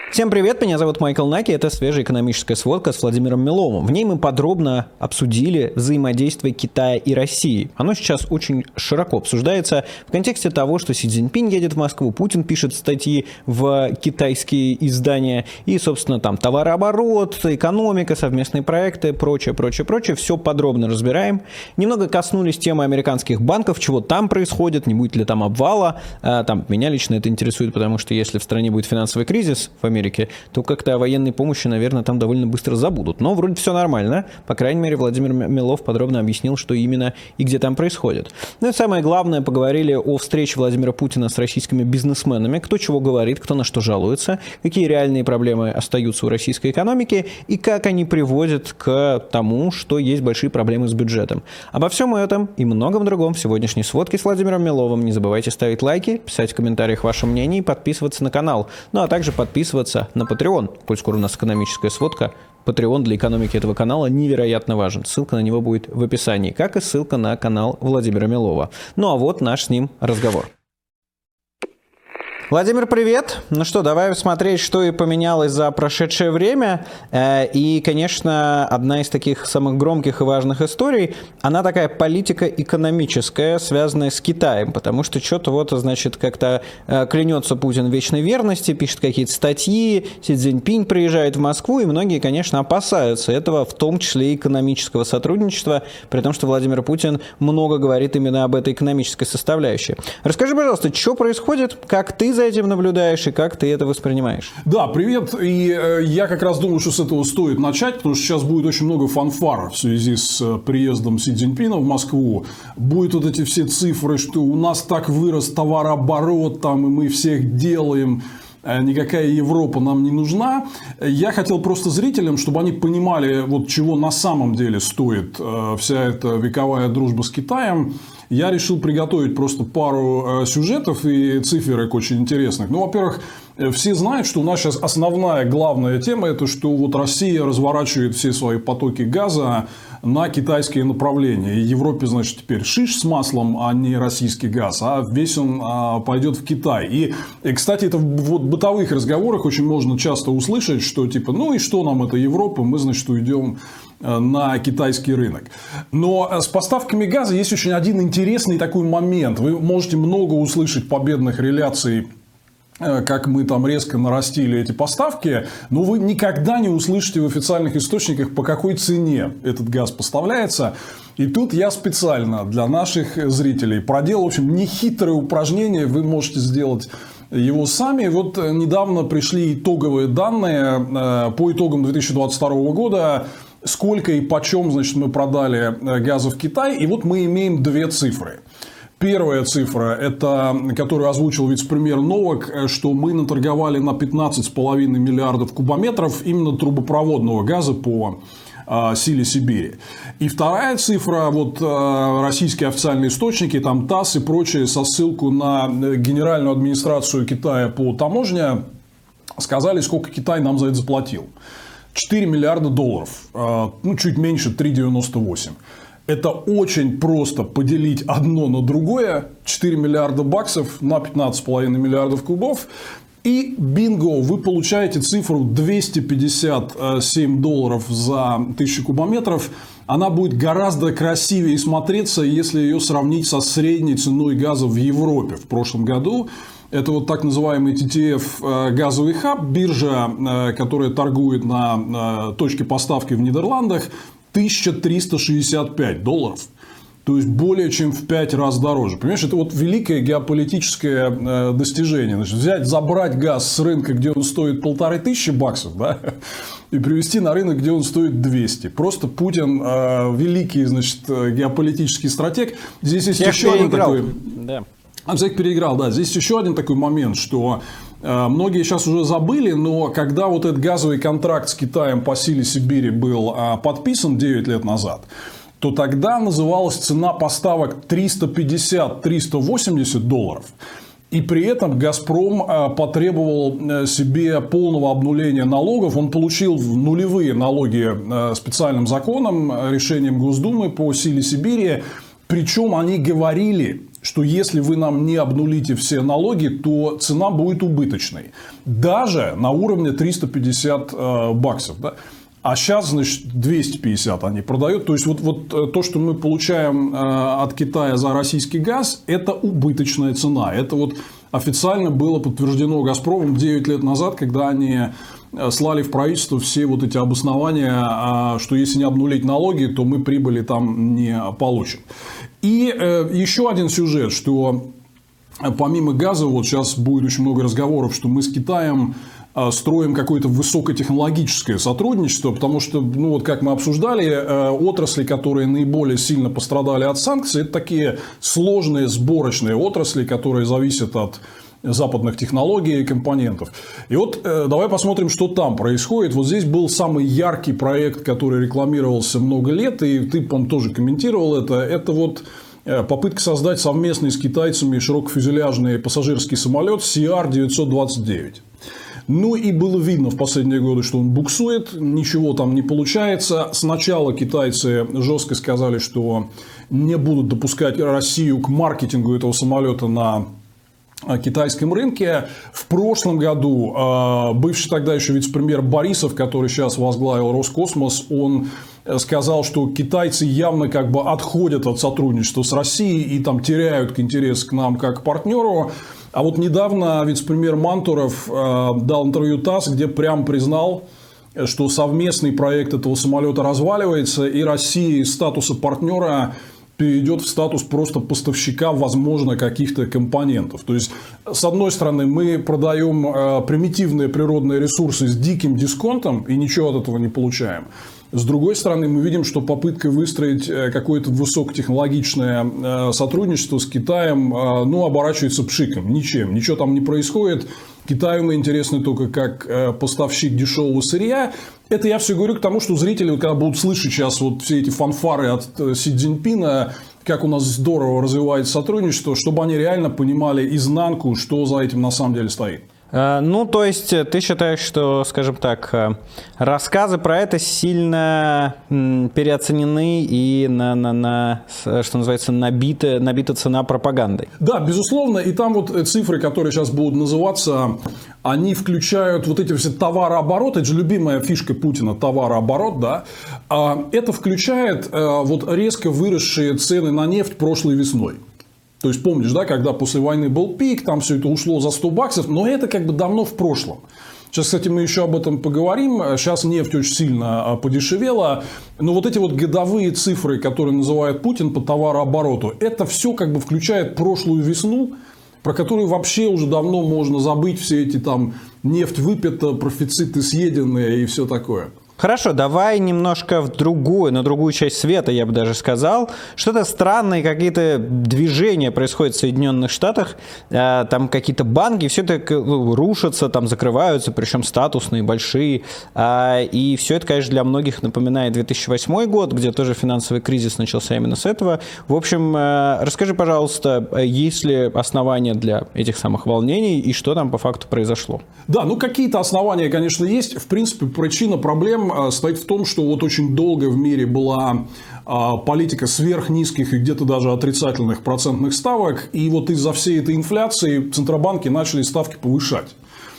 Всем привет, меня зовут Майкл Наки, это свежая экономическая сводка с Владимиром Миловым. В ней мы подробно обсудили взаимодействие Китая и России. Оно сейчас очень широко обсуждается в контексте того, что Си Цзиньпинь едет в Москву, Путин пишет статьи в китайские издания, и, собственно, там товарооборот, экономика, совместные проекты, прочее. Все подробно разбираем. Немного коснулись темы американских банков, чего там происходит, не будет ли там обвала. Меня лично это интересует, потому что если в стране будет финансовый кризис в Америке, то как-то о военной помощи, наверное, там довольно быстро забудут. Но вроде все нормально. По крайней мере, Владимир Милов подробно объяснил, что именно и где там происходит. Ну и самое главное, поговорили о встрече Владимира Путина с российскими бизнесменами, кто чего говорит, кто на что жалуется, какие реальные проблемы остаются у российской экономики и как они приводят к тому, что есть большие проблемы с бюджетом. Обо всем этом и многом другом в сегодняшней сводке с Владимиром Миловым. Не забывайте ставить лайки, писать в комментариях ваше мнение и подписываться на канал. Ну а также подписываться на Patreon, коль скоро у нас экономическая сводка. Patreon для экономики этого канала невероятно важен. Ссылка на него будет в описании, как и ссылка на канал Владимира Милова. Ну а вот наш с ним разговор. Владимир, привет! Ну что, давай смотреть, что и поменялось за прошедшее время. И, конечно, одна из таких самых громких и важных историй, она такая политико-экономическая, связанная с Китаем, потому что что-то вот, значит, как-то клянется Путин в вечной верности, пишет какие-то статьи, Си Цзиньпинь приезжает в Москву, и многие, конечно, опасаются этого, в том числе и экономического сотрудничества, при том, что Владимир Путин много говорит именно об этой экономической составляющей. Расскажи, пожалуйста, что происходит, как ты за этим наблюдаешь и как ты это воспринимаешь? Да, привет. И я как раз думаю, что с этого стоит начать, потому что сейчас будет очень много фанфар в связи с приездом Си Цзиньпина в Москву. Будут вот эти все цифры, что у нас так вырос товарооборот, там, и мы всех делаем. Никакая Европа нам не нужна. Я хотел просто зрителям, чтобы они понимали, вот чего на самом деле стоит вся эта вековая дружба с Китаем. Я решил приготовить просто пару сюжетов и циферок очень интересных. Ну, во-первых, все знают, что у нас сейчас основная, главная тема – это что вот Россия разворачивает все свои потоки газа на китайские направления. И Европе, значит, теперь шиш с маслом, а не российский газ, а весь он пойдет в Китай. И, кстати, это вот в бытовых разговорах очень можно часто услышать, что типа, ну и что нам это Европа, мы, значит, уйдем на китайский рынок. Но с поставками газа есть очень один интересный такой момент. Вы можете много услышать победных реляций, как мы там резко нарастили эти поставки, но вы никогда не услышите в официальных источниках, по какой цене этот газ поставляется. И тут я специально для наших зрителей проделал, в общем, нехитрое упражнение, вы можете сделать его сами. Вот недавно пришли итоговые данные по итогам 2022 года, сколько и почем, значит, мы продали газа в Китай. И вот мы имеем две цифры. Первая цифра, это, которую озвучил вице-премьер Новак, что мы наторговали на 15,5 миллиардов кубометров именно трубопроводного газа по силе Сибири. И вторая цифра, вот российские официальные источники, там ТАСС и прочее, со ссылку на Генеральную администрацию Китая по таможне, сказали, сколько Китай нам за это заплатил. 4 миллиарда долларов, ну, чуть меньше 3,98. Это очень просто поделить одно на другое. 4 миллиарда баксов на 15,5 миллиардов кубов. И бинго, вы получаете цифру 257 долларов за 1000 кубометров. Она будет гораздо красивее смотреться, если ее сравнить со средней ценой газа в Европе в прошлом году. Это вот так называемый TTF газовый хаб, биржа, которая торгует на точке поставки в Нидерландах, 1365 долларов. То есть более чем в 5 раз дороже. Понимаешь, это вот великое геополитическое достижение. Значит, взять, забрать газ с рынка, где он стоит 1500 баксов, да, и привезти на рынок, где он стоит 200. Просто Путин великий, значит, геополитический стратег. Здесь есть еще один такой. Да. Он всех переиграл, да. Здесь еще один такой момент, что многие сейчас уже забыли, но когда вот этот газовый контракт с Китаем по силе Сибири был подписан 9 лет назад, то тогда называлась цена поставок 350-380 долларов. И при этом «Газпром» потребовал себе полного обнуления налогов. Он получил нулевые налоги специальным законом, решением Госдумы по силе Сибири. Причем они говорили, что если вы нам не обнулите все налоги, то цена будет убыточной. Даже на уровне 350 баксов. Да? А сейчас, значит, 250 они продают. То есть, вот то, что мы получаем от Китая за российский газ, это убыточная цена. Это вот официально было подтверждено «Газпромом» 9 лет назад, когда они слали в правительство все вот эти обоснования, что если не обнулить налоги, то мы прибыли там не получим. И еще один сюжет, что помимо газа, вот сейчас будет очень много разговоров, что мы с Китаем строим какое-то высокотехнологическое сотрудничество, потому что, ну, вот как мы обсуждали, отрасли, которые наиболее сильно пострадали от санкций, это такие сложные сборочные отрасли, которые зависят от западных технологий и компонентов. И вот давай посмотрим, что там происходит. Вот здесь был самый яркий проект, который рекламировался много лет, и ты, по-моему, тоже комментировал это. Это вот попытка создать совместный с китайцами широкофюзеляжный пассажирский самолет CR-929. Ну и было видно в последние годы, что он буксует, ничего там не получается. Сначала китайцы жестко сказали, что не будут допускать Россию к маркетингу этого самолета на китайском рынке. В прошлом году бывший тогда еще вице-премьер Борисов, который сейчас возглавил Роскосмос, он сказал, что китайцы явно как бы отходят от сотрудничества с Россией и там теряют интерес к нам как к партнеру. А вот недавно вице-премьер Мантуров дал интервью ТАСС, где прям признал, что совместный проект этого самолета разваливается, и Россия из статуса партнера перейдет в статус просто поставщика, возможно, каких-то компонентов. То есть, с одной стороны, мы продаем примитивные природные ресурсы с диким дисконтом и ничего от этого не получаем. С другой стороны, мы видим, что попытка выстроить какое-то высокотехнологичное сотрудничество с Китаем, ну, оборачивается пшиком, ничем, ничего там не происходит. Китаю мы интересны только как поставщик дешевого сырья. Это я все говорю к тому, что зрители, когда будут слышать сейчас вот все эти фанфары от Си Цзиньпина, как у нас здорово развивается сотрудничество, чтобы они реально понимали изнанку, что за этим на самом деле стоит. Ну, то есть, ты считаешь, что, скажем так, рассказы про это сильно переоценены и что называется, набита цена пропагандой? Да, безусловно. И там вот цифры, которые сейчас будут называться, они включают вот эти все товарообороты. Это же любимая фишка Путина – товарооборот. Да? Это включает вот резко выросшие цены на нефть прошлой весной. То есть, помнишь, да, когда после войны был пик, там все это ушло за 100 баксов, но это как бы давно в прошлом. Сейчас, кстати, мы еще об этом поговорим. Сейчас нефть очень сильно подешевела. Но вот эти вот годовые цифры, которые называет Путин по товарообороту, это все как бы включает прошлую весну, про которую вообще уже давно можно забыть. Все эти там нефть выпита, профициты съеденные и все такое. Хорошо, давай немножко на другую часть света, я бы даже сказал. Что-то странные какие-то движения происходят в Соединенных Штатах. Там какие-то банки, все это рушатся, там закрываются, причем статусные, большие. И все это, конечно, для многих напоминает 2008 год, где тоже финансовый кризис начался именно с этого. В общем, расскажи, пожалуйста, есть ли основания для этих самых волнений и что там по факту произошло? Да, ну какие-то основания, конечно, есть. В принципе, причина проблем стоит в том, что вот очень долго в мире была политика сверхнизких и где-то даже отрицательных процентных ставок. И вот из-за всей этой инфляции центробанки начали ставки повышать.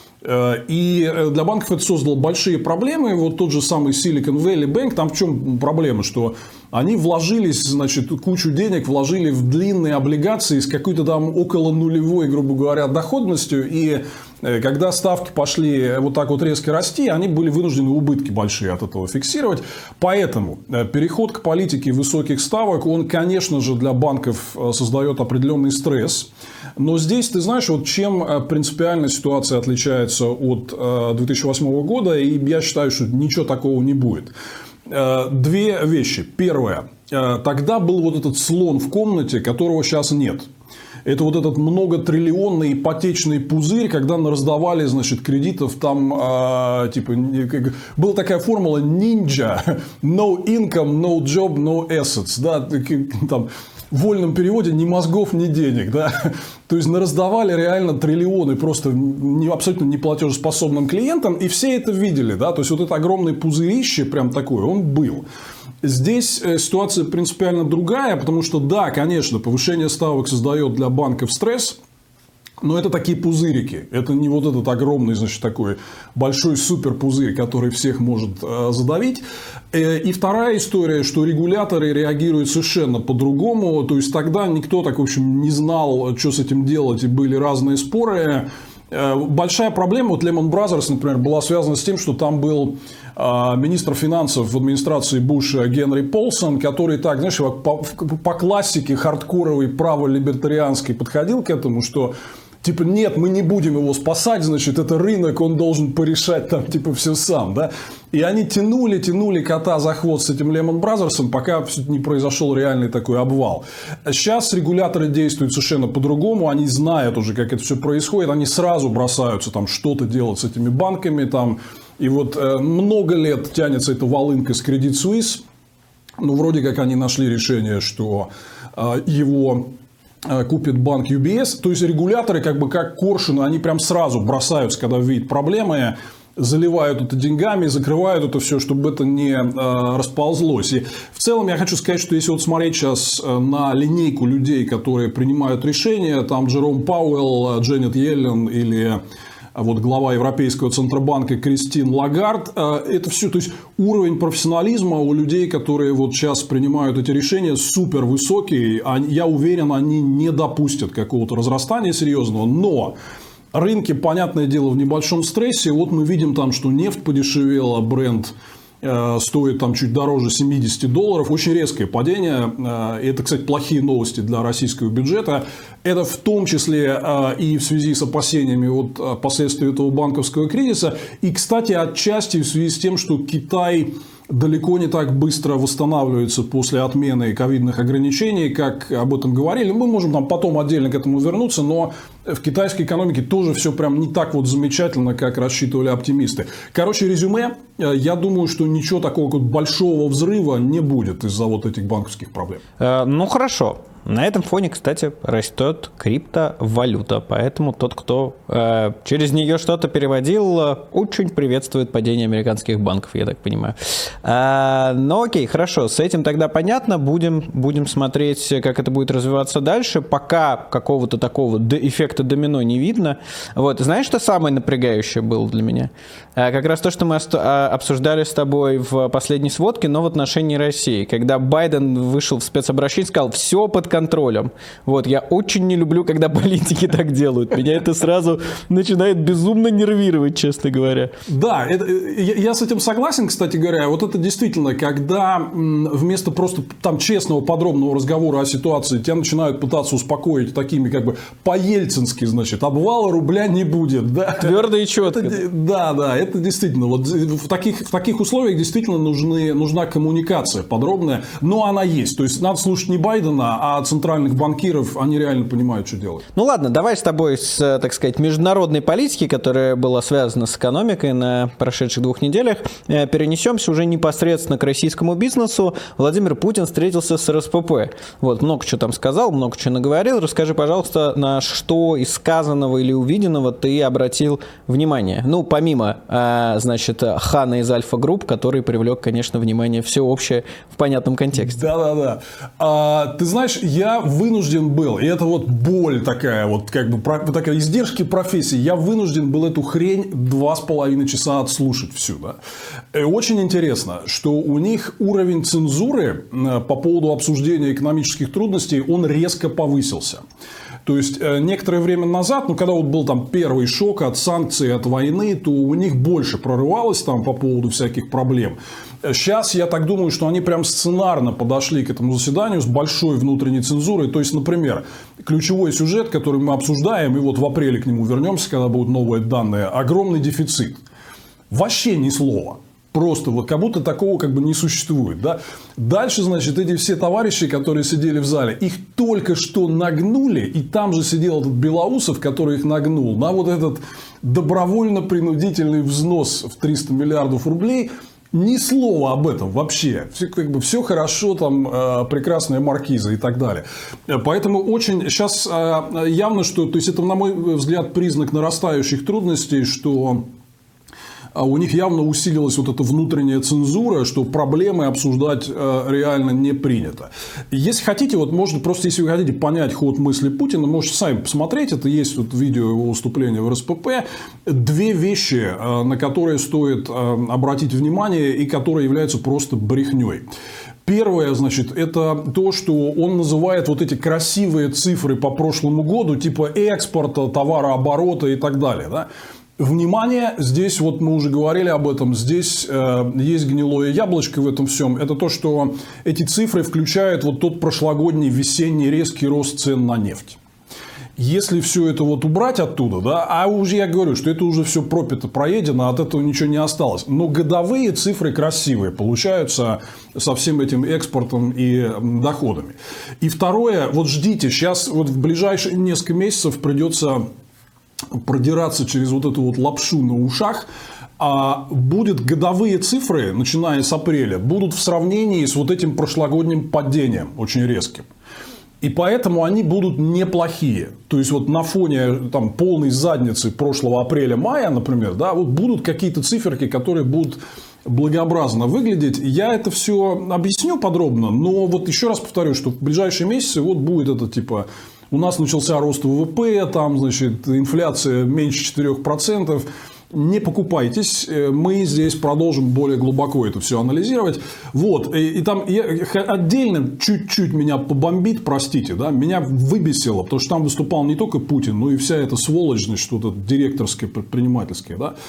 И для банков это создало большие проблемы. Вот тот же самый Silicon Valley Bank, там в чем проблема, что они вложились, значит, кучу денег вложили в длинные облигации с какой-то там около нулевой, грубо говоря, доходностью. И когда ставки пошли вот так вот резко расти, они были вынуждены убытки большие от этого фиксировать. Поэтому переход к политике высоких ставок, он, конечно же, для банков создает определенный стресс. Но здесь, ты знаешь, вот чем принципиально ситуация отличается от 2008 года, и я считаю, что ничего такого не будет. Две вещи. Первое. Тогда был вот этот слон в комнате, которого сейчас нет. Это вот этот многотриллионный ипотечный пузырь, когда раздавали, значит, кредитов, там, типа, была такая формула ninja, no income, no job, no assets, да, там, в вольном переводе ни мозгов, ни денег, да, то есть раздавали реально триллионы просто абсолютно неплатежеспособным клиентам, и все это видели, да, то есть вот это огромное пузырище, прям такое, он был. Здесь ситуация принципиально другая, потому что, да, конечно, повышение ставок создает для банков стресс, но это такие пузырики. Это не вот этот огромный, значит, такой большой суперпузырь, который всех может задавить. И вторая история, что регуляторы реагируют совершенно по-другому. То есть, тогда никто так, в общем, не знал, что с этим делать, и были разные споры. Большая проблема, вот Lehman Brothers, например, была связана с тем, что там был министр финансов в администрации Буша Генри Полсон, который так, знаешь, по классике хардкоровой право-либертарианской подходил к этому, что типа, нет, мы не будем его спасать, значит, это рынок, он должен порешать там, типа, все сам, да. И они тянули кота за хвост с этим Lehman Brothers, пока не произошел реальный такой обвал. Сейчас регуляторы действуют совершенно по-другому, они знают уже, как это все происходит, они сразу бросаются там что-то делать с этими банками, там. И вот много лет тянется эта волынка с Credit Suisse, ну, вроде как они нашли решение, что его купит банк UBS, то есть регуляторы как коршуны, они прям сразу бросаются, когда видят проблемы, заливают это деньгами, закрывают это все, чтобы это не расползлось. И в целом я хочу сказать, что если вот смотреть сейчас на линейку людей, которые принимают решения, там Джером Пауэлл, Дженет Йеллен или вот глава Европейского Центробанка Кристин Лагард, это все, то есть уровень профессионализма у людей, которые вот сейчас принимают эти решения, супер высокий. Я уверен, они не допустят какого-то разрастания серьезного, но рынки, понятное дело, в небольшом стрессе. Вот мы видим там, что нефть подешевела, бренд стоит там чуть дороже $70. Очень резкое падение. Это, кстати, плохие новости для российского бюджета. Это в том числе и в связи с опасениями от последствий этого банковского кризиса. И, кстати, отчасти в связи с тем, что Китай далеко не так быстро восстанавливается после отмены ковидных ограничений, как об этом говорили. Мы можем там потом отдельно к этому вернуться, но в китайской экономике тоже все прям не так вот замечательно, как рассчитывали оптимисты. Короче, резюме. Я думаю, что ничего такого вот большого взрыва не будет из-за вот этих банковских проблем. Ну, хорошо. На этом фоне, кстати, растет криптовалюта, поэтому тот, кто через нее что-то переводил, очень приветствует падение американских банков, я так понимаю. Ну окей, хорошо, с этим тогда понятно, будем смотреть, как это будет развиваться дальше, пока какого-то такого эффекта домино не видно. Вот, знаешь, что самое напрягающее было для меня? Как раз то, что мы обсуждали с тобой в последней сводке, но в отношении России, когда Байден вышел в спецобращение и сказал, все под контролем. Вот, я очень не люблю, когда политики так делают. Меня это сразу начинает безумно нервировать, честно говоря. Да, я с этим согласен, кстати говоря. Вот это действительно, когда вместо просто там честного, подробного разговора о ситуации тебя начинают пытаться успокоить такими как бы по-ельцински, значит, обвала рубля не будет. Да? Твердо и четко. Да, это действительно. Вот в таких условиях действительно нужна коммуникация подробная, но она есть. То есть, надо слушать не Байдена, а центральных банкиров, они реально понимают, что делать. Ну ладно, давай с тобой с, так сказать, международной политики, которая была связана с экономикой на прошедших 2 неделях, перенесемся уже непосредственно к российскому бизнесу. Владимир Путин встретился с РСПП. Вот, много чего там сказал, много чего наговорил. Расскажи, пожалуйста, на что из сказанного или увиденного ты обратил внимание? Ну, помимо, значит, Хана из Альфа Групп, который привлек, конечно, внимание всеобщее в понятном контексте. Да. Ты знаешь, я вынужден был, и это вот боль такая, вот как бы такая издержки профессии, я вынужден был эту хрень 2,5 часа отслушать всю. Да? И очень интересно, что у них уровень цензуры по поводу обсуждения экономических трудностей, он резко повысился. То есть, некоторое время назад, когда вот был там первый шок от санкций, от войны, то у них больше прорывалось там по поводу всяких проблем. Сейчас я так думаю, что они прям сценарно подошли к этому заседанию с большой внутренней цензурой. То есть, например, ключевой сюжет, который мы обсуждаем, и вот в апреле к нему вернемся, когда будут новые данные, огромный дефицит. Вообще ни слова. Просто вот как будто такого как бы не существует. Да? Дальше, значит, эти все товарищи, которые сидели в зале, их только что нагнули, и там же сидел этот Белоусов, который их нагнул, на вот этот добровольно-принудительный взнос в 300 миллиардов рублей. Ни слова об этом вообще. Все хорошо, там прекрасная маркиза и так далее. Поэтому очень сейчас явно, что, то есть это, на мой взгляд, признак нарастающих трудностей, что у них явно усилилась вот эта внутренняя цензура, что проблемы обсуждать реально не принято. Если хотите, вот можно просто, если вы хотите понять ход мысли Путина, можете сами посмотреть, это есть вот видео его выступления в РСПП. Две вещи, на которые стоит обратить внимание и которые являются просто брехней. Первое, значит, это то, что он называет вот эти красивые цифры по прошлому году, типа экспорта, товарооборота и так далее. Да? Внимание, здесь вот мы уже говорили об этом, здесь есть гнилое яблочко в этом всем. Это то, что эти цифры включают вот тот прошлогодний весенний резкий рост цен на нефть. Если все это вот убрать оттуда, да, а уже я говорю, что это уже все пропито, проедено, от этого ничего не осталось. Но годовые цифры красивые получаются со всем этим экспортом и доходами. И второе, вот ждите, сейчас вот в ближайшие несколько месяцев придется продираться через вот эту вот лапшу на ушах. А будут годовые цифры, начиная с апреля, будут в сравнении с вот этим прошлогодним падением очень резким. И поэтому они будут неплохие. То есть, вот на фоне там, полной задницы прошлого апреля-мая, например, да, вот будут какие-то циферки, которые будут благообразно выглядеть. Я это все объясню подробно, но вот еще раз повторю, что в ближайшие месяцы вот будет это типа... У нас начался рост ВВП, там, значит, инфляция меньше 4%. Не покупайтесь, мы здесь продолжим более глубоко это все анализировать. Вот. И там отдельно чуть-чуть меня побомбит, простите, да, меня выбесило, потому что там выступал не только Путин, но и вся эта сволочь, значит, что-то директорское, предпринимательское, да.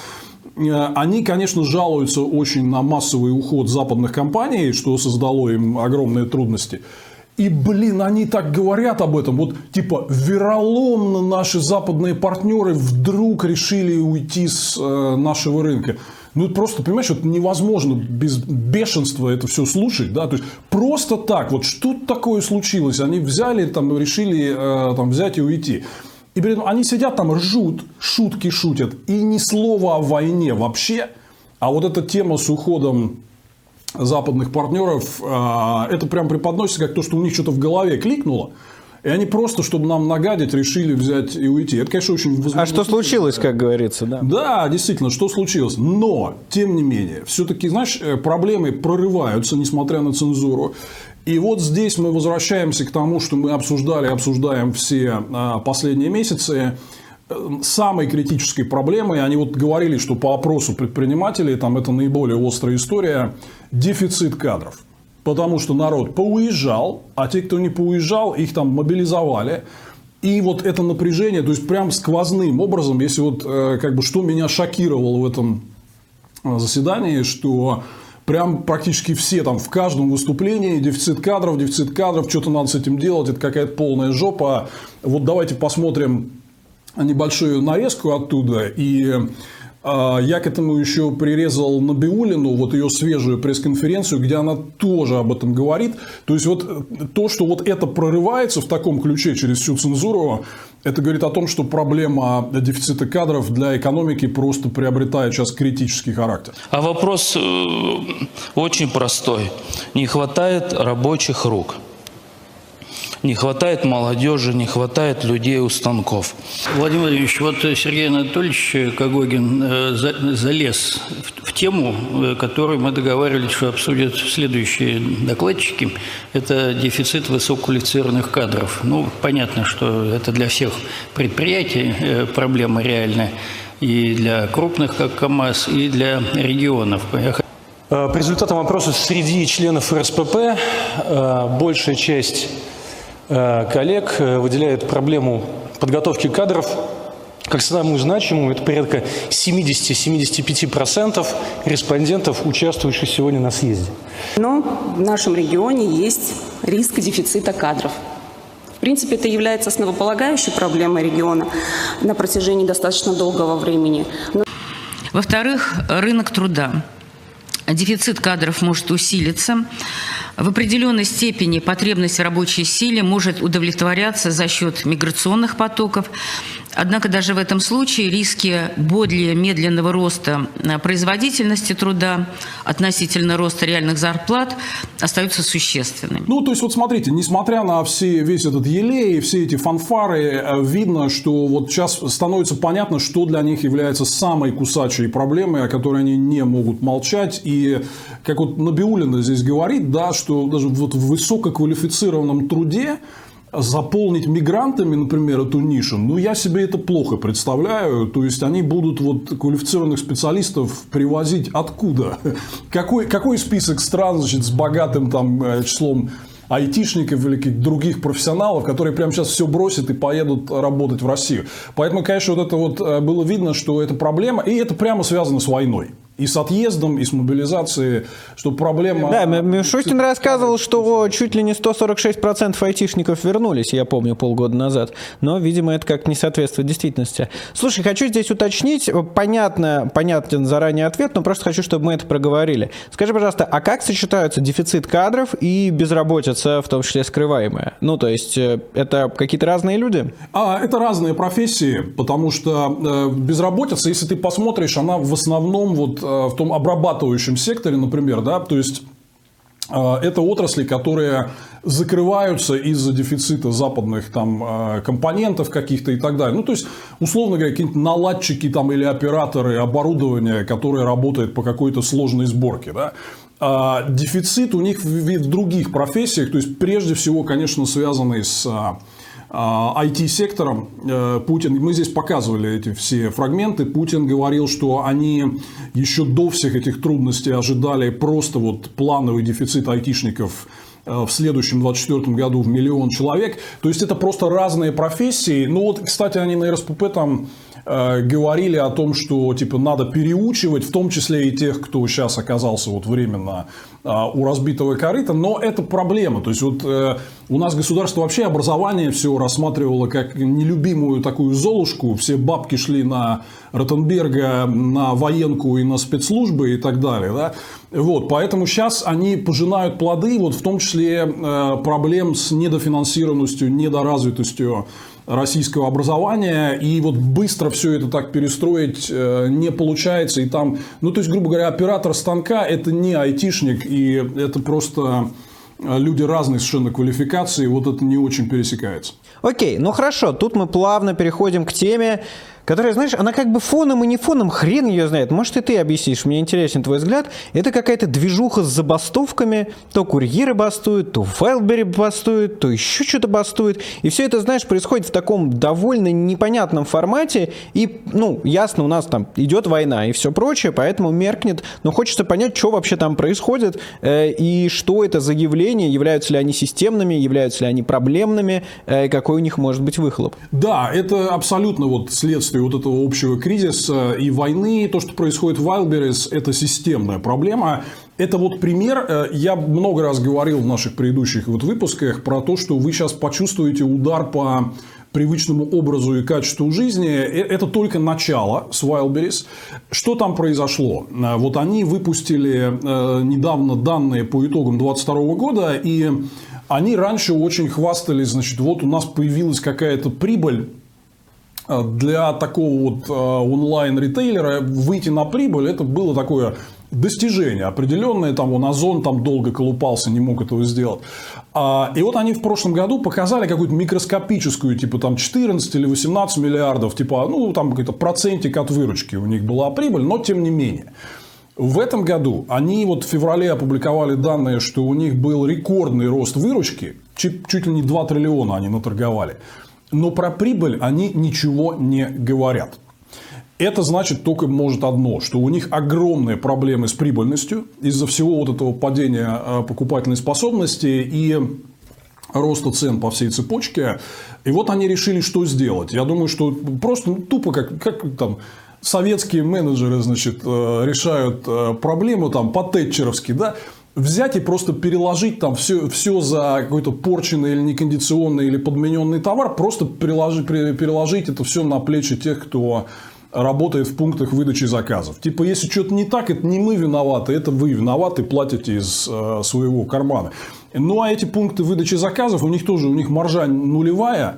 Они, конечно, жалуются очень на массовый уход западных компаний, что создало им огромные трудности. И, блин, они так говорят об этом. Вот, типа, вероломно наши западные партнеры вдруг решили уйти с нашего рынка. Ну, это просто, понимаешь, это невозможно без бешенства это все слушать. Да? То есть, просто так, вот что такое случилось? Они взяли, там, решили там, взять и уйти. И при этом они сидят там, ржут, шутки шутят. И ни слова о войне вообще. А вот эта тема с уходом западных партнеров, это прям преподносится как то, что у них что-то в голове кликнуло. И они просто, чтобы нам нагадить, решили взять и уйти. Это, конечно, очень возмутительно. А что случилось, как говорится, да? Да, действительно, что случилось. Но, тем не менее, все-таки, знаешь, проблемы прорываются, несмотря на цензуру. И вот здесь мы возвращаемся к тому, что мы обсуждаем все последние месяцы. Самой критической проблемой, они вот говорили, что по опросу предпринимателей, там это наиболее острая история, дефицит кадров. Потому что народ поуезжал, а те, кто не поуезжал, их там мобилизовали. И вот это напряжение, то есть прям сквозным образом, если вот как бы что меня шокировало в этом заседании, что прям практически все там в каждом выступлении дефицит кадров, что-то надо с этим делать, это какая-то полная жопа. Вот давайте посмотрим небольшую нарезку оттуда. И я к этому еще прирезал Набиуллину, вот ее свежую пресс-конференцию, где она тоже об этом говорит. То есть, вот то, что вот это прорывается в таком ключе через всю цензуру, это говорит о том, что проблема дефицита кадров для экономики просто приобретает сейчас критический характер. А вопрос очень простой. Не хватает рабочих рук. Не хватает молодежи, не хватает людей у станков. Владимир Владимирович, вот Сергей Анатольевич Когогин залез в тему, которую мы договаривались, что обсудят следующие докладчики. Это дефицит высококвалифицированных кадров. Ну, понятно, что это для всех предприятий проблема реальная. И для крупных, как КАМАЗ, и для регионов. По результатам опроса среди членов РСПП большая часть коллег выделяет проблему подготовки кадров как самую значимую. Это порядка 70-75% респондентов, участвующих сегодня на съезде. Но в нашем регионе есть риск дефицита кадров. В принципе, это является основополагающей проблемой региона на протяжении достаточно долгого времени. Во-вторых, рынок труда. Дефицит кадров может усилиться. В определенной степени потребность в рабочей силе может удовлетворяться за счет миграционных потоков. Однако даже в этом случае риски более медленного роста производительности труда относительно роста реальных зарплат остаются существенными. Ну, то есть, вот смотрите, несмотря на весь этот елей, все эти фанфары, видно, что вот сейчас становится понятно, что для них является самой кусачей проблемой, о которой они не могут молчать. И, как вот Набиуллина здесь говорит, да, что даже вот в высококвалифицированном труде заполнить мигрантами, например, эту нишу, ну, я себе это плохо представляю. То есть, они будут вот квалифицированных специалистов привозить откуда? Какой список стран, значит, с богатым там числом айтишников или каких-то других профессионалов, которые прямо сейчас все бросят и поедут работать в Россию? Поэтому, конечно, вот это вот было видно, что это проблема, и это прямо связано с войной. И с отъездом, и с мобилизацией, что проблема... Да, Мишустин рассказывал, что чуть ли не 146% айтишников вернулись, я помню, полгода назад. Но, видимо, это как-то не соответствует действительности. Слушай, хочу здесь уточнить. Понятен заранее ответ, но просто хочу, чтобы мы это проговорили. Скажи, пожалуйста, а как сочетаются дефицит кадров и безработица, в том числе скрываемая? Ну, то есть, это какие-то разные люди? Это разные профессии, потому что безработица, если ты посмотришь, она в основном вот в том обрабатывающем секторе, например, да, то есть это отрасли, которые закрываются из-за дефицита западных там компонентов каких-то и так далее. Ну, то есть, условно говоря, какие-нибудь наладчики там или операторы оборудования, которые работают по какой-то сложной сборке, да. Дефицит у них в других профессиях, то есть, прежде всего, конечно, связанный с IT-сектором. Путин, мы здесь показывали эти все фрагменты, Путин говорил, что они еще до всех этих трудностей ожидали просто вот плановый дефицит айтишников в следующем 2024 году в 1 миллион человек. То есть, это просто разные профессии. Ну, вот, кстати, они на РСПП там говорили о том, что типа надо переучивать, в том числе и тех, кто сейчас оказался вот временно у разбитого корыта, но это проблема. То есть, вот у нас государство вообще образование все рассматривало как нелюбимую такую золушку, все бабки шли на Ротенберга, на военку и на спецслужбы и так далее, да? Вот, поэтому сейчас они пожинают плоды, вот в том числе проблем с недофинансированностью, недоразвитостью российского образования, и вот быстро все это так перестроить не получается, и там, ну, то есть, грубо говоря, оператор станка – это не айтишник, и это просто люди разной совершенно квалификации, вот это не очень пересекается. Окей, ну хорошо, тут мы плавно переходим к теме, которая, знаешь, она как бы фоном и не фоном, хрен ее знает. Может, и ты объяснишь, мне интересен твой взгляд. Это какая-то движуха с забастовками. То курьеры бастуют, то Wildberries бастует, то еще что-то бастует. И все это, знаешь, происходит в таком довольно непонятном формате. И, ну, ясно, у нас там идет война и все прочее, поэтому меркнет. Но хочется понять, что вообще там происходит, и что это за явления, являются ли они системными, являются ли они проблемными, и какой у них может быть выхлоп. Да, это абсолютно вот следствие вот этого общего кризиса и войны. То, что происходит в Wildberries, это системная проблема. Это вот пример. Я много раз говорил в наших предыдущих вот выпусках про то, что вы сейчас почувствуете удар по привычному образу и качеству жизни. Это только начало с Wildberries. Что там произошло? Вот они выпустили недавно данные по итогам 2022 года, и они раньше очень хвастались, значит, вот у нас появилась какая-то прибыль. Для такого вот онлайн-ритейлера выйти на прибыль – это было такое достижение определенное. Там вон Озон там долго колупался, не мог этого сделать. И вот они в прошлом году показали какую-то микроскопическую, типа там 14 или 18 миллиардов, типа, ну, там какой-то процентик от выручки у них была прибыль, но тем не менее. В этом году они вот в феврале опубликовали данные, что у них был рекордный рост выручки, чуть ли не 2 триллиона они наторговали. Но про прибыль они ничего не говорят. Это значит только может одно, что у них огромные проблемы с прибыльностью из-за всего вот этого падения покупательной способности и роста цен по всей цепочке. И вот они решили, что сделать. Я думаю, что просто тупо как там советские менеджеры, значит, решают проблему там по-тэтчеровски, да, взять и просто переложить там все за какой-то порченный или некондиционный или подмененный товар, просто переложить это все на плечи тех, кто работает в пунктах выдачи заказов. Типа, если что-то не так, это не мы виноваты, это вы виноваты, платите из своего кармана. Ну, а эти пункты выдачи заказов, у них маржа нулевая.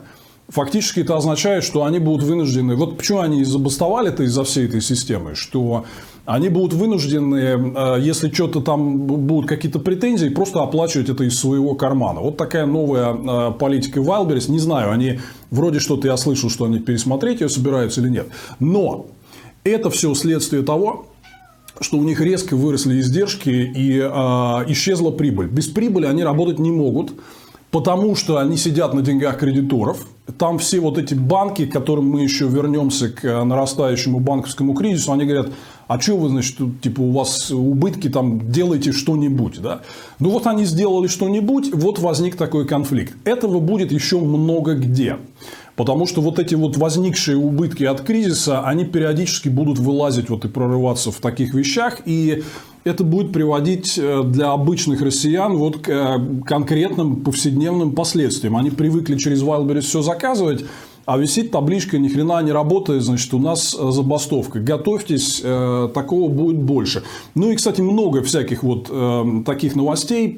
фактически это означает, что они будут вынуждены... Вот почему они забастовали-то из-за всей этой системы, что они будут вынуждены, если что-то там будут какие-то претензии, просто оплачивать это из своего кармана. Вот такая новая политика Wildberries. Не знаю, они вроде что-то я слышал, что они пересмотреть ее собираются или нет. Но это все следствие того, что у них резко выросли издержки и исчезла прибыль. Без прибыли они работать не могут, потому что они сидят на деньгах кредиторов. Там все вот эти банки, к которым мы еще вернемся к нарастающему банковскому кризису, они говорят: а что вы, значит, типа у вас убытки, там делайте что-нибудь. Да? Ну вот они сделали что-нибудь, вот возник такой конфликт. Этого будет еще много где. Потому что вот эти вот возникшие убытки от кризиса, они периодически будут вылазить вот и прорываться в таких вещах. И это будет приводить для обычных россиян вот к конкретным повседневным последствиям. Они привыкли через Wildberries все заказывать, а висит табличка: ни хрена не работает, значит, у нас забастовка. Готовьтесь, такого будет больше. Ну и, кстати, много всяких вот таких новостей,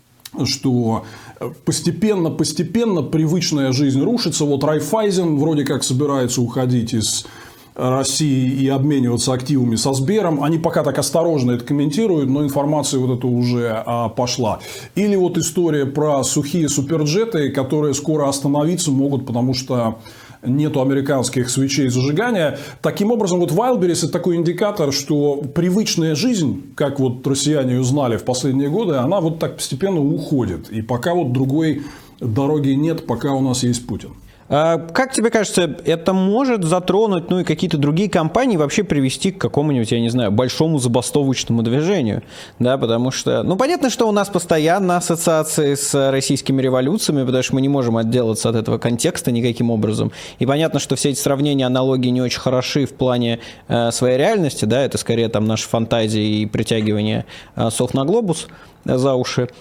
что постепенно привычная жизнь рушится. Вот Райффайзен вроде как собирается уходить из России и обмениваться активами со Сбером. Они пока так осторожно это комментируют, но информация вот эта уже пошла. Или вот история про сухие суперджеты, которые скоро остановиться могут, потому что нету американских свечей зажигания. Таким образом, вот Wildberries – это такой индикатор, что привычная жизнь, как вот россияне ее знали в последние годы, она вот так постепенно уходит. И пока вот другой дороги нет, пока у нас есть Путин. Как тебе кажется, это может затронуть, ну и какие-то другие компании, вообще привести к какому-нибудь, я не знаю, большому забастовочному движению, да, потому что, ну, понятно, что у нас постоянно ассоциации с российскими революциями, потому что мы не можем отделаться от этого контекста никаким образом, и понятно, что все эти сравнения, аналогии не очень хороши в плане своей реальности, да, это скорее там наши фантазии и притягивание сов на глобус за уши,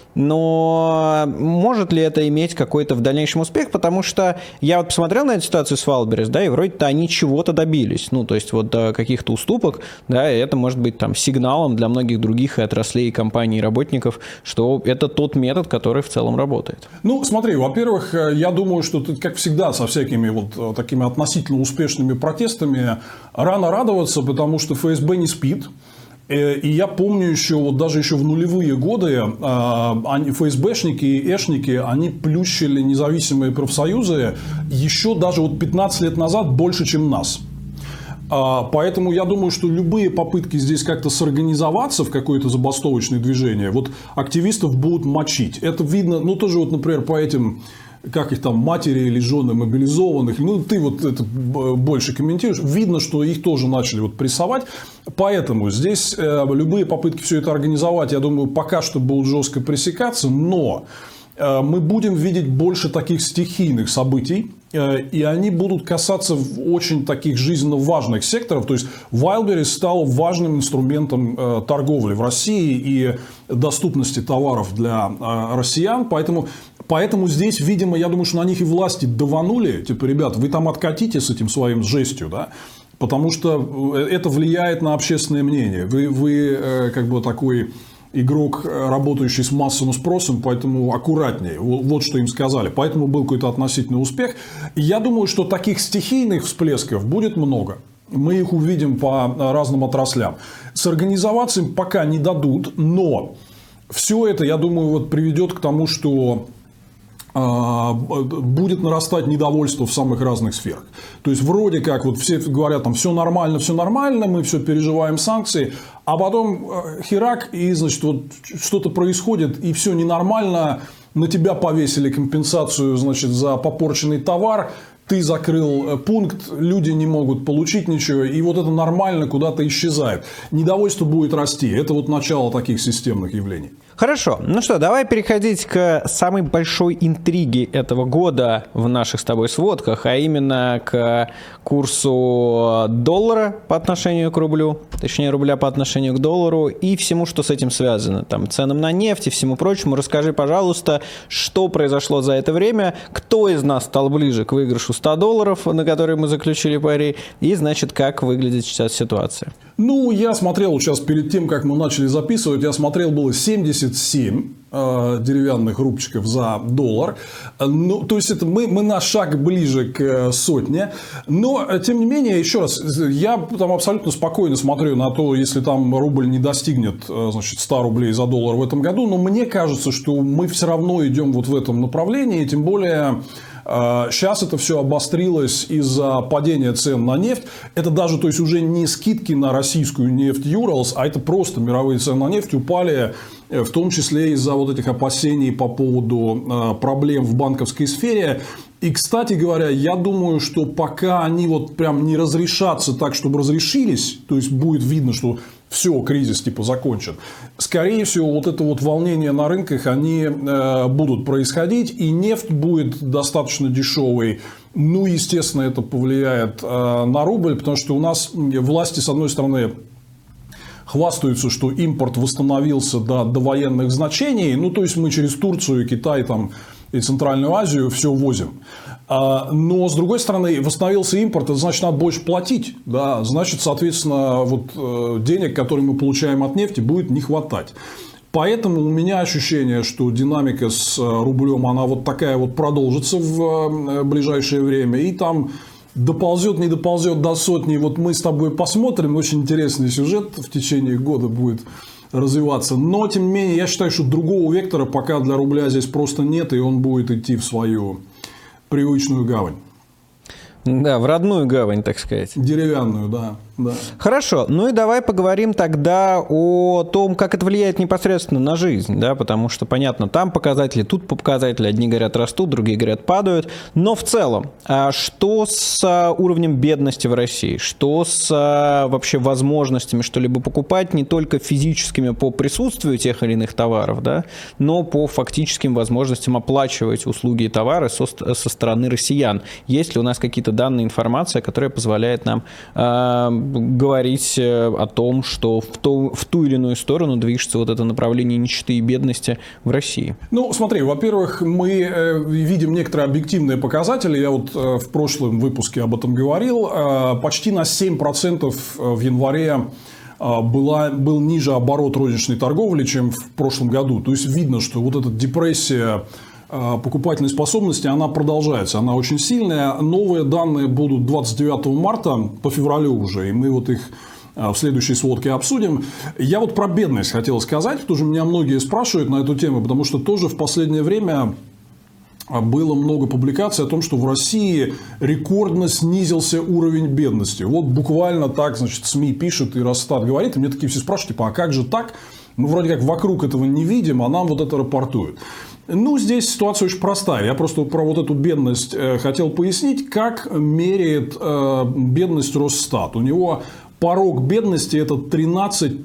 но может ли это иметь какой-то в дальнейшем успех, потому что я вот посмотрел на эту ситуацию с Wildberries, да, и вроде-то они чего-то добились, ну, то есть вот до каких-то уступок, да, и это может быть там сигналом для многих других и отраслей, и компаний, и работников, что это тот метод, который в целом работает. Ну, смотри, во-первых, я думаю, что тут, как всегда, со всякими вот такими относительно успешными протестами рано радоваться, потому что ФСБ не спит. И я помню еще, вот даже еще в нулевые годы ФСБшники и эшники, они плющили независимые профсоюзы еще даже вот 15 лет назад больше, чем нас. Поэтому я думаю, что любые попытки здесь как-то сорганизоваться в какое-то забастовочное движение, вот активистов будут мочить. Это видно, ну тоже вот, например, по этим... как их там, матери или жены мобилизованных, ну, ты вот это больше комментируешь, видно, что их тоже начали вот прессовать, поэтому здесь любые попытки все это организовать, я думаю, пока что будут жестко пресекаться, но мы будем видеть больше таких стихийных событий, и они будут касаться очень таких жизненно важных секторов. То есть Wildberries стал важным инструментом торговли в России и доступности товаров для россиян. Поэтому здесь, видимо, я думаю, что на них и власти даванули. Типа, ребят, вы там откатите с этим своим жестью, да? Потому что это влияет на общественное мнение. Вы как бы такой игрок, работающий с массовым спросом, поэтому аккуратнее. Вот что им сказали. Поэтому был какой-то относительный успех. И я думаю, что таких стихийных всплесков будет много. Мы их увидим по разным отраслям. Сорганизоваться им пока не дадут, но все это, я думаю, вот приведет к тому, что будет нарастать недовольство в самых разных сферах. То есть, вроде как, вот все говорят, там, все нормально, мы все переживаем санкции, а потом херак, и, значит, вот что-то происходит, и все ненормально, на тебя повесили компенсацию, значит, за попорченный товар, ты закрыл пункт, люди не могут получить ничего, и вот это нормально куда-то исчезает. Недовольство будет расти. Это вот начало таких системных явлений. Хорошо. Ну что, давай переходить к самой большой интриге этого года в наших с тобой сводках, а именно к курсу доллара по отношению к рублю, точнее рубля по отношению к доллару и всему, что с этим связано. Там, ценам на нефть и всему прочему. Расскажи, пожалуйста, что произошло за это время, кто из нас стал ближе к выигрышу $100, на которые мы заключили пари, и, значит, как выглядит сейчас ситуация. Ну, я смотрел сейчас перед тем, как мы начали записывать, я смотрел, было 77. деревянных рубчиков за доллар. Ну, то есть, это мы на шаг ближе к сотне. Но, тем не менее, еще раз, я там абсолютно спокойно смотрю на то, если там рубль не достигнет, значит, 100 рублей за доллар в этом году. Но мне кажется, что мы все равно идем вот в этом направлении. Тем более, сейчас это все обострилось из-за падения цен на нефть. Это даже, то есть, уже не скидки на российскую нефть Urals, а это просто мировые цены на нефть упали, в том числе из-за вот этих опасений по поводу проблем в банковской сфере. И, кстати говоря, я думаю, что пока они вот прям не разрешатся так, чтобы разрешились, то есть будет видно, что все, кризис типа закончен, скорее всего, вот это вот волнение на рынках, они будут происходить, и нефть будет достаточно дешевой. Ну, естественно, это повлияет на рубль, потому что у нас власти, с одной стороны, хвастаются, что импорт восстановился до довоенных значений. Ну, то есть, мы через Турцию, Китай там, и Центральную Азию все возим. Но, с другой стороны, восстановился импорт, это значит, надо больше платить. Да? Значит, соответственно, вот, денег, которые мы получаем от нефти, будет не хватать. Поэтому у меня ощущение, что динамика с рублем, она вот такая вот продолжится в ближайшее время. И там доползет, не доползет до сотни. Вот мы с тобой посмотрим. Очень интересный сюжет в течение года будет развиваться. Но, тем не менее, я считаю, что другого вектора пока для рубля здесь просто нет. И он будет идти в свою привычную гавань. Да, в родную гавань, так сказать. Деревянную, да. Да. Хорошо, ну и давай поговорим тогда о том, как это влияет непосредственно на жизнь, да, потому что, понятно, там показатели, тут показатели, одни говорят растут, другие говорят падают, но в целом, что с уровнем бедности в России, что с вообще возможностями что-либо покупать не только физическими по присутствию тех или иных товаров, да, но по фактическим возможностям оплачивать услуги и товары со стороны россиян? Есть ли у нас какие-то данные, информация, которая позволяет нам говорить о том, что в ту или иную сторону движется вот это направление нищеты и бедности в России? Ну, смотри, во-первых, мы видим некоторые объективные показатели. Я вот в прошлом выпуске об этом говорил. Почти на 7% в январе был ниже оборот розничной торговли, чем в прошлом году. То есть, видно, что вот эта депрессия покупательной способности, она продолжается, она очень сильная. Новые данные будут 29 марта, по февралю уже, и мы вот их в следующей сводке обсудим. Я вот про бедность хотел сказать, потому что меня многие спрашивают на эту тему, потому что тоже в последнее время было много публикаций о том, что в России рекордно снизился уровень бедности. Вот буквально так, значит, СМИ пишут, и Росстат говорит, и мне такие все спрашивают, типа, а как же так? Мы вроде как вокруг этого не видим, а нам вот это рапортуют. Ну, здесь ситуация очень простая. Я просто про вот эту бедность хотел пояснить, как меряет бедность Росстат. У него порог бедности – это 13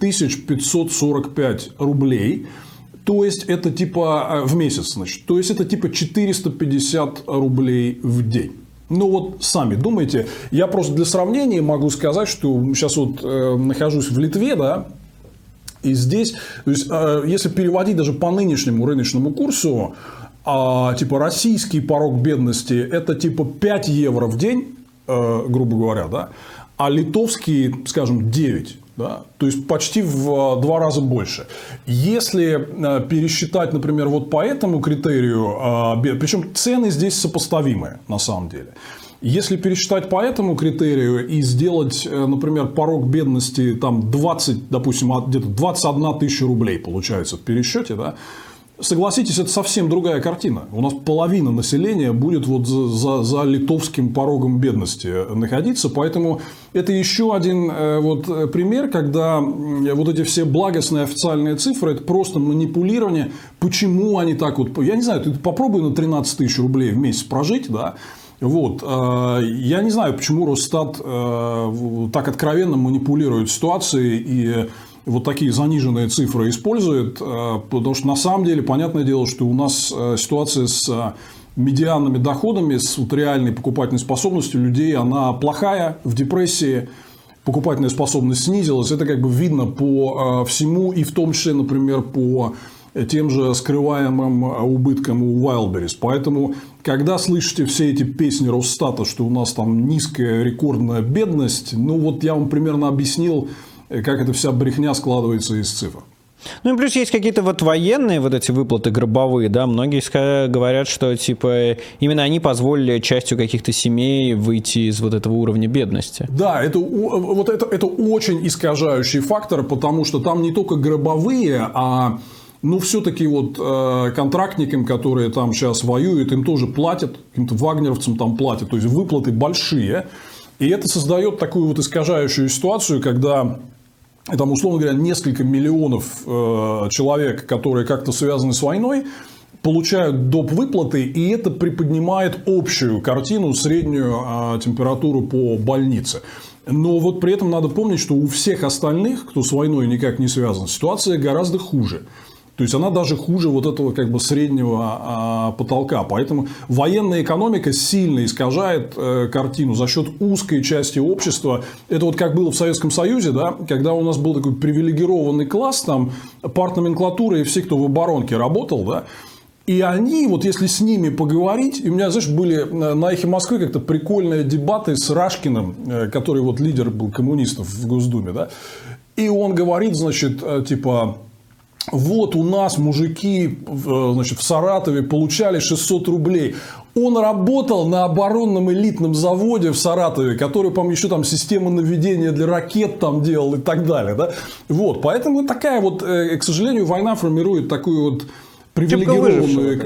545 рублей. То есть, это типа в месяц, значит. То есть, это типа 450 рублей в день. Ну, вот сами думайте. Я просто для сравнения могу сказать, что сейчас вот нахожусь в Литве, да. И здесь, то есть, если переводить даже по нынешнему рыночному курсу, типа российский порог бедности – это типа 5 евро в день, грубо говоря, да, а литовский, скажем, 9. Да? То есть, почти в 2 раза больше. Если пересчитать, например, вот по этому критерию, причем цены здесь сопоставимые на самом деле. Если пересчитать по этому критерию и сделать, например, порог бедности там 20, допустим, где-то 21 тысяча рублей получается в пересчете, да, согласитесь, это совсем другая картина. У нас половина населения будет вот за литовским порогом бедности находиться. Поэтому это еще один вот пример, когда вот эти все благостные официальные цифры – это просто манипулирование. Почему они так вот… Я не знаю, ты попробуй на 13 тысяч рублей в месяц прожить, да. Вот. Я не знаю, почему Росстат так откровенно манипулирует ситуацией и вот такие заниженные цифры использует, потому что на самом деле, понятное дело, что у нас ситуация с медианными доходами, с вот реальной покупательной способностью людей, она плохая, в депрессии, покупательная способность снизилась, это как бы видно по всему, и в том числе, например, по тем же скрываемым убыткам у Wildberries. Поэтому, когда слышите все эти песни Росстата, что у нас там низкая рекордная бедность, ну вот я вам примерно объяснил, как эта вся брехня складывается из цифр. Ну и плюс есть какие-то вот военные вот эти выплаты гробовые, да, многие говорят, что типа именно они позволили частью каких-то семей выйти из вот этого уровня бедности. Да, это очень искажающий фактор, потому что там не только гробовые, а все-таки вот контрактникам, которые там сейчас воюют, им тоже платят, каким-то вагнеровцам там платят, то есть выплаты большие, и это создает такую вот искажающую ситуацию, когда там, условно говоря, несколько миллионов человек, которые как-то связаны с войной, получают доп. Выплаты, и это приподнимает общую картину, среднюю температуру по больнице. Но вот при этом надо помнить, что у всех остальных, кто с войной никак не связан, ситуация гораздо хуже. То есть она даже хуже вот этого как бы среднего потолка. Поэтому военная экономика сильно искажает картину за счет узкой части общества. Это вот как было в Советском Союзе, да, когда у нас был такой привилегированный класс, там партноменклатура и все, кто в оборонке работал, да. И они, вот если с ними поговорить, и у меня, знаешь, были на «Эхе Москвы» как-то прикольные дебаты с Рашкиным, который вот лидер был коммунистов в Госдуме, да. И он говорит, значит, типа... Вот у нас мужики, значит, в Саратове получали 600 рублей. Он работал на оборонном элитном заводе в Саратове, который, по-моему, еще там систему наведения для ракет там делал и так далее. Да? Вот. Поэтому такая вот, к сожалению, война формирует такую вот привилегированную,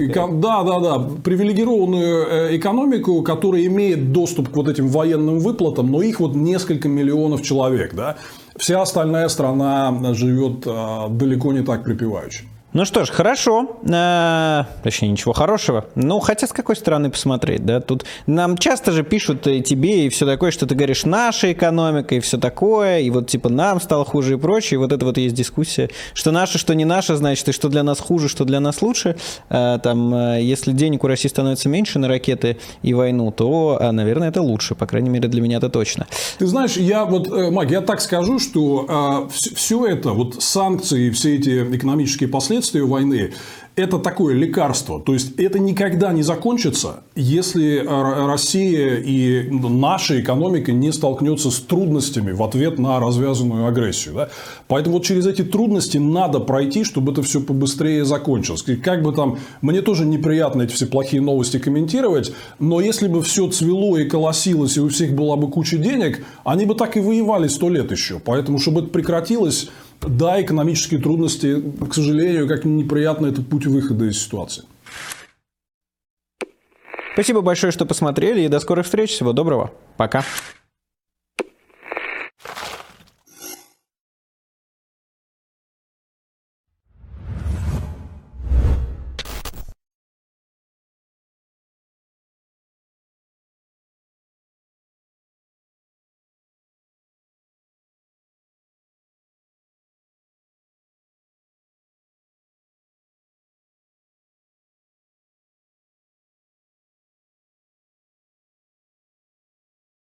привилегированную экономику, которая имеет доступ к вот этим военным выплатам, но их вот несколько миллионов человек. Да? Вся остальная страна живет далеко не так припеваючи. Ну что ж, хорошо. Точнее, ничего хорошего. Ну, хотя с какой стороны посмотреть, да? Тут нам часто же пишут и тебе, и все такое, что ты говоришь, наша экономика, и все такое, и вот типа нам стало хуже и прочее. И вот это вот есть дискуссия, что наше, что не наше, значит, и что для нас хуже, что для нас лучше. Там, если денег у России становится меньше на ракеты и войну, то, наверное, это лучше. По крайней мере, для меня это точно. Ты знаешь, Мак, я так скажу, что все это, вот санкции, все эти экономические последствия войны – это такое лекарство. То есть, это никогда не закончится, если Россия и наша экономика не столкнется с трудностями в ответ на развязанную агрессию. Да? Поэтому вот через эти трудности надо пройти, чтобы это все побыстрее закончилось. И как бы там, мне тоже неприятно эти все плохие новости комментировать, но если бы все цвело и колосилось, и у всех была бы куча денег, они бы так и воевали 100 лет еще. Поэтому, чтобы это прекратилось, да, экономические трудности, к сожалению, как ни неприятно, это путь выхода из ситуации. Спасибо большое, что посмотрели, и до скорых встреч. Всего доброго. Пока.